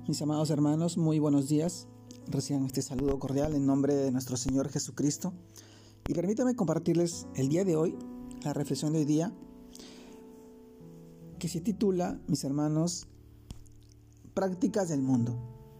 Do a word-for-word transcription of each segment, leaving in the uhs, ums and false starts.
Mis amados hermanos, muy buenos días. Reciban este saludo cordial en nombre de nuestro Señor Jesucristo. Y permítanme compartirles el día de hoy, la reflexión de hoy día, que se titula, mis hermanos, Prácticas del Mundo.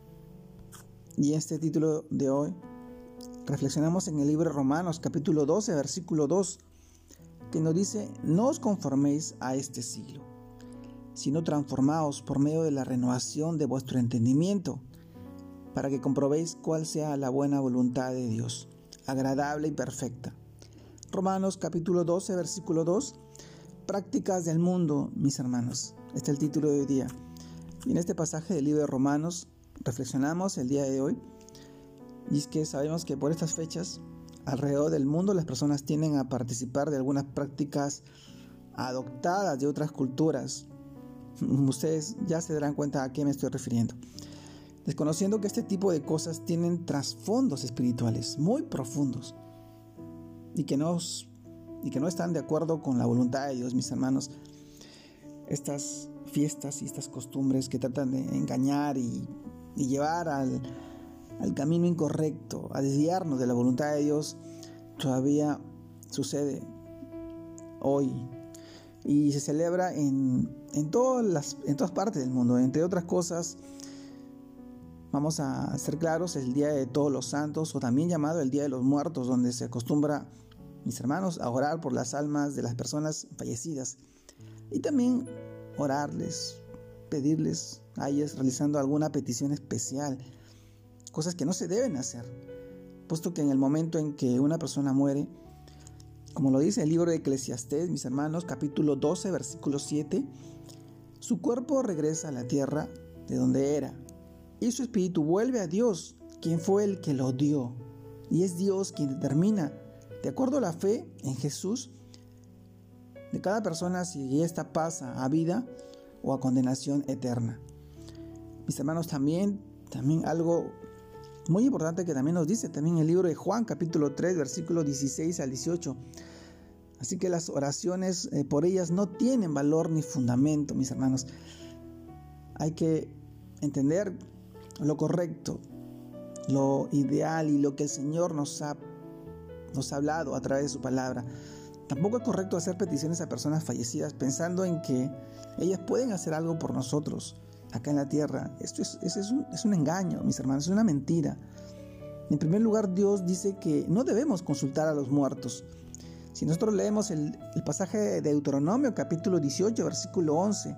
Y este título de hoy, reflexionamos en el libro de Romanos, capítulo doce, versículo dos, que nos dice: no os conforméis a este siglo, sino transformaos por medio de la renovación de vuestro entendimiento, para que comprobéis cuál sea la buena voluntad de Dios, agradable y perfecta. Romanos capítulo doce, versículo dos, Prácticas del Mundo, mis hermanos. Este es el título de hoy día. Y en este pasaje del libro de Romanos reflexionamos el día de hoy, y es que sabemos que por estas fechas, alrededor del mundo, las personas tienden a participar de algunas prácticas adoptadas de otras culturas. Ustedes ya se darán cuenta a qué me estoy refiriendo, desconociendo que este tipo de cosas tienen trasfondos espirituales muy profundos y que no, y que no están de acuerdo con la voluntad de Dios, mis hermanos. Estas fiestas y estas costumbres que tratan de engañar y, y llevar al, al camino incorrecto, a desviarnos de la voluntad de Dios, todavía sucede hoy. Y se celebra en, en, todas las, en todas partes del mundo. Entre otras cosas, vamos a ser claros, el Día de Todos los Santos, o también llamado el Día de los Muertos, donde se acostumbra, mis hermanos, a orar por las almas de las personas fallecidas. Y también orarles, pedirles a ellas realizando alguna petición especial. Cosas que no se deben hacer, puesto que en el momento en que una persona muere, como lo dice el libro de Eclesiastés, mis hermanos, capítulo doce, versículo siete, su cuerpo regresa a la tierra de donde era, y su espíritu vuelve a Dios, quien fue el que lo dio. Y es Dios quien determina, de acuerdo a la fe en Jesús, de cada persona si ésta pasa a vida o a condenación eterna. Mis hermanos, también, también algo muy importante que también nos dice también el libro de Juan, capítulo tres, versículos dieciséis al dieciocho. Así que las oraciones eh, por ellas no tienen valor ni fundamento, mis hermanos. Hay que entender lo correcto, lo ideal y lo que el Señor nos ha, nos ha hablado a través de su palabra. Tampoco es correcto hacer peticiones a personas fallecidas pensando en que ellas pueden hacer algo por nosotros acá en la tierra. Esto es, es, es, un, es un engaño, mis hermanos, es una mentira. En primer lugar, Dios dice que no debemos consultar a los muertos. Si nosotros leemos el, el pasaje de Deuteronomio, capítulo dieciocho, versículo once,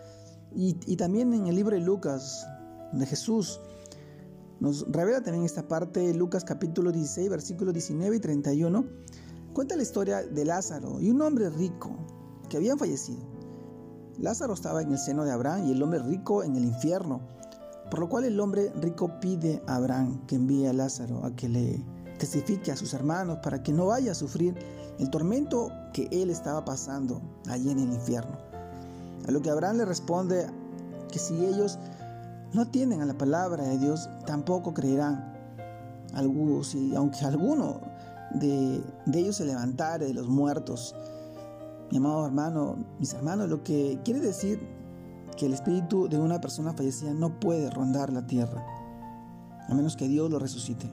y, y también en el libro de Lucas, donde Jesús nos revela también esta parte, Lucas capítulo dieciséis, versículos diecinueve y treinta y uno, cuenta la historia de Lázaro y un hombre rico que habían fallecido. Lázaro estaba en el seno de Abraham y el hombre rico en el infierno, por lo cual el hombre rico pide a Abraham que envíe a Lázaro a que le testifique a sus hermanos para que no vaya a sufrir el tormento que él estaba pasando allí en el infierno. A lo que Abraham le responde que si ellos no atienden a la palabra de Dios, tampoco creerán. Algunos, y aunque alguno de, de ellos se levantare de los muertos. Mi amado hermano, mis hermanos, lo que quiere decir que el espíritu de una persona fallecida no puede rondar la tierra, a menos que Dios lo resucite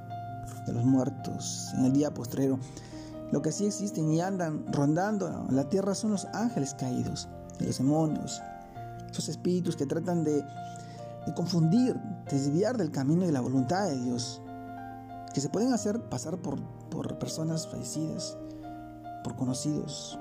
de los muertos en el día postrero. Lo que sí existen y andan rondando la tierra son los ángeles caídos, los demonios, esos espíritus que tratan de, de confundir, desviar del camino y la voluntad de Dios, que se pueden hacer pasar por, por personas fallecidas, por conocidos,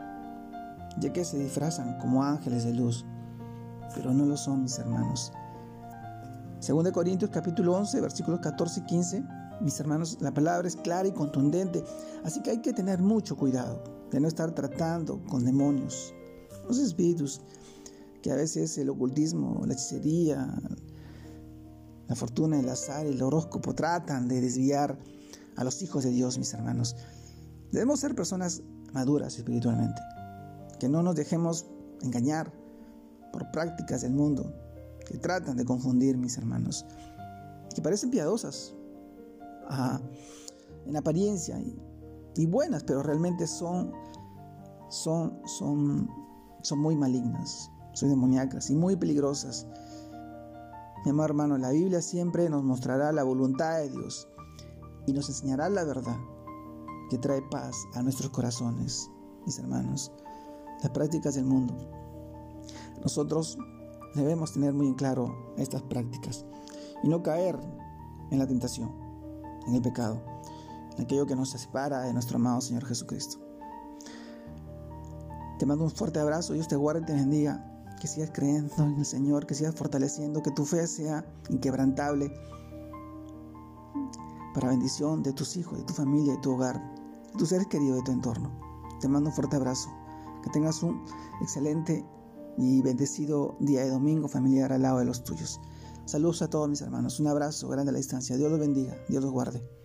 ya que se disfrazan como ángeles de luz, pero no lo son, mis hermanos. Segunda de Corintios capítulo once, versículos catorce y quince, mis hermanos, la palabra es clara y contundente, así que hay que tener mucho cuidado de no estar tratando con demonios, los espíritus que a veces el ocultismo, la hechicería, la fortuna, el azar y el horóscopo tratan de desviar a los hijos de Dios, mis hermanos. Debemos ser personas maduras espiritualmente, que no nos dejemos engañar por prácticas del mundo que tratan de confundir, mis hermanos, que parecen piadosas ah, en apariencia y, y buenas, pero realmente son, son, son, son muy malignas, son demoníacas y muy peligrosas. Mi amado hermano, la Biblia siempre nos mostrará la voluntad de Dios y nos enseñará la verdad que trae paz a nuestros corazones, mis hermanos. Las prácticas del mundo. Nosotros debemos tener muy en claro estas prácticas y no caer en la tentación, en el pecado, en aquello que nos separa de nuestro amado Señor Jesucristo. Te mando un fuerte abrazo, Dios te guarde y te bendiga, que sigas creyendo en el Señor, que sigas fortaleciendo, que tu fe sea inquebrantable para bendición de tus hijos, de tu familia, de tu hogar, de tus seres queridos, de tu entorno. Te mando un fuerte abrazo, que tengas un excelente y bendecido día de domingo familiar al lado de los tuyos. Saludos a todos mis hermanos, un abrazo grande a la distancia, Dios los bendiga, Dios los guarde.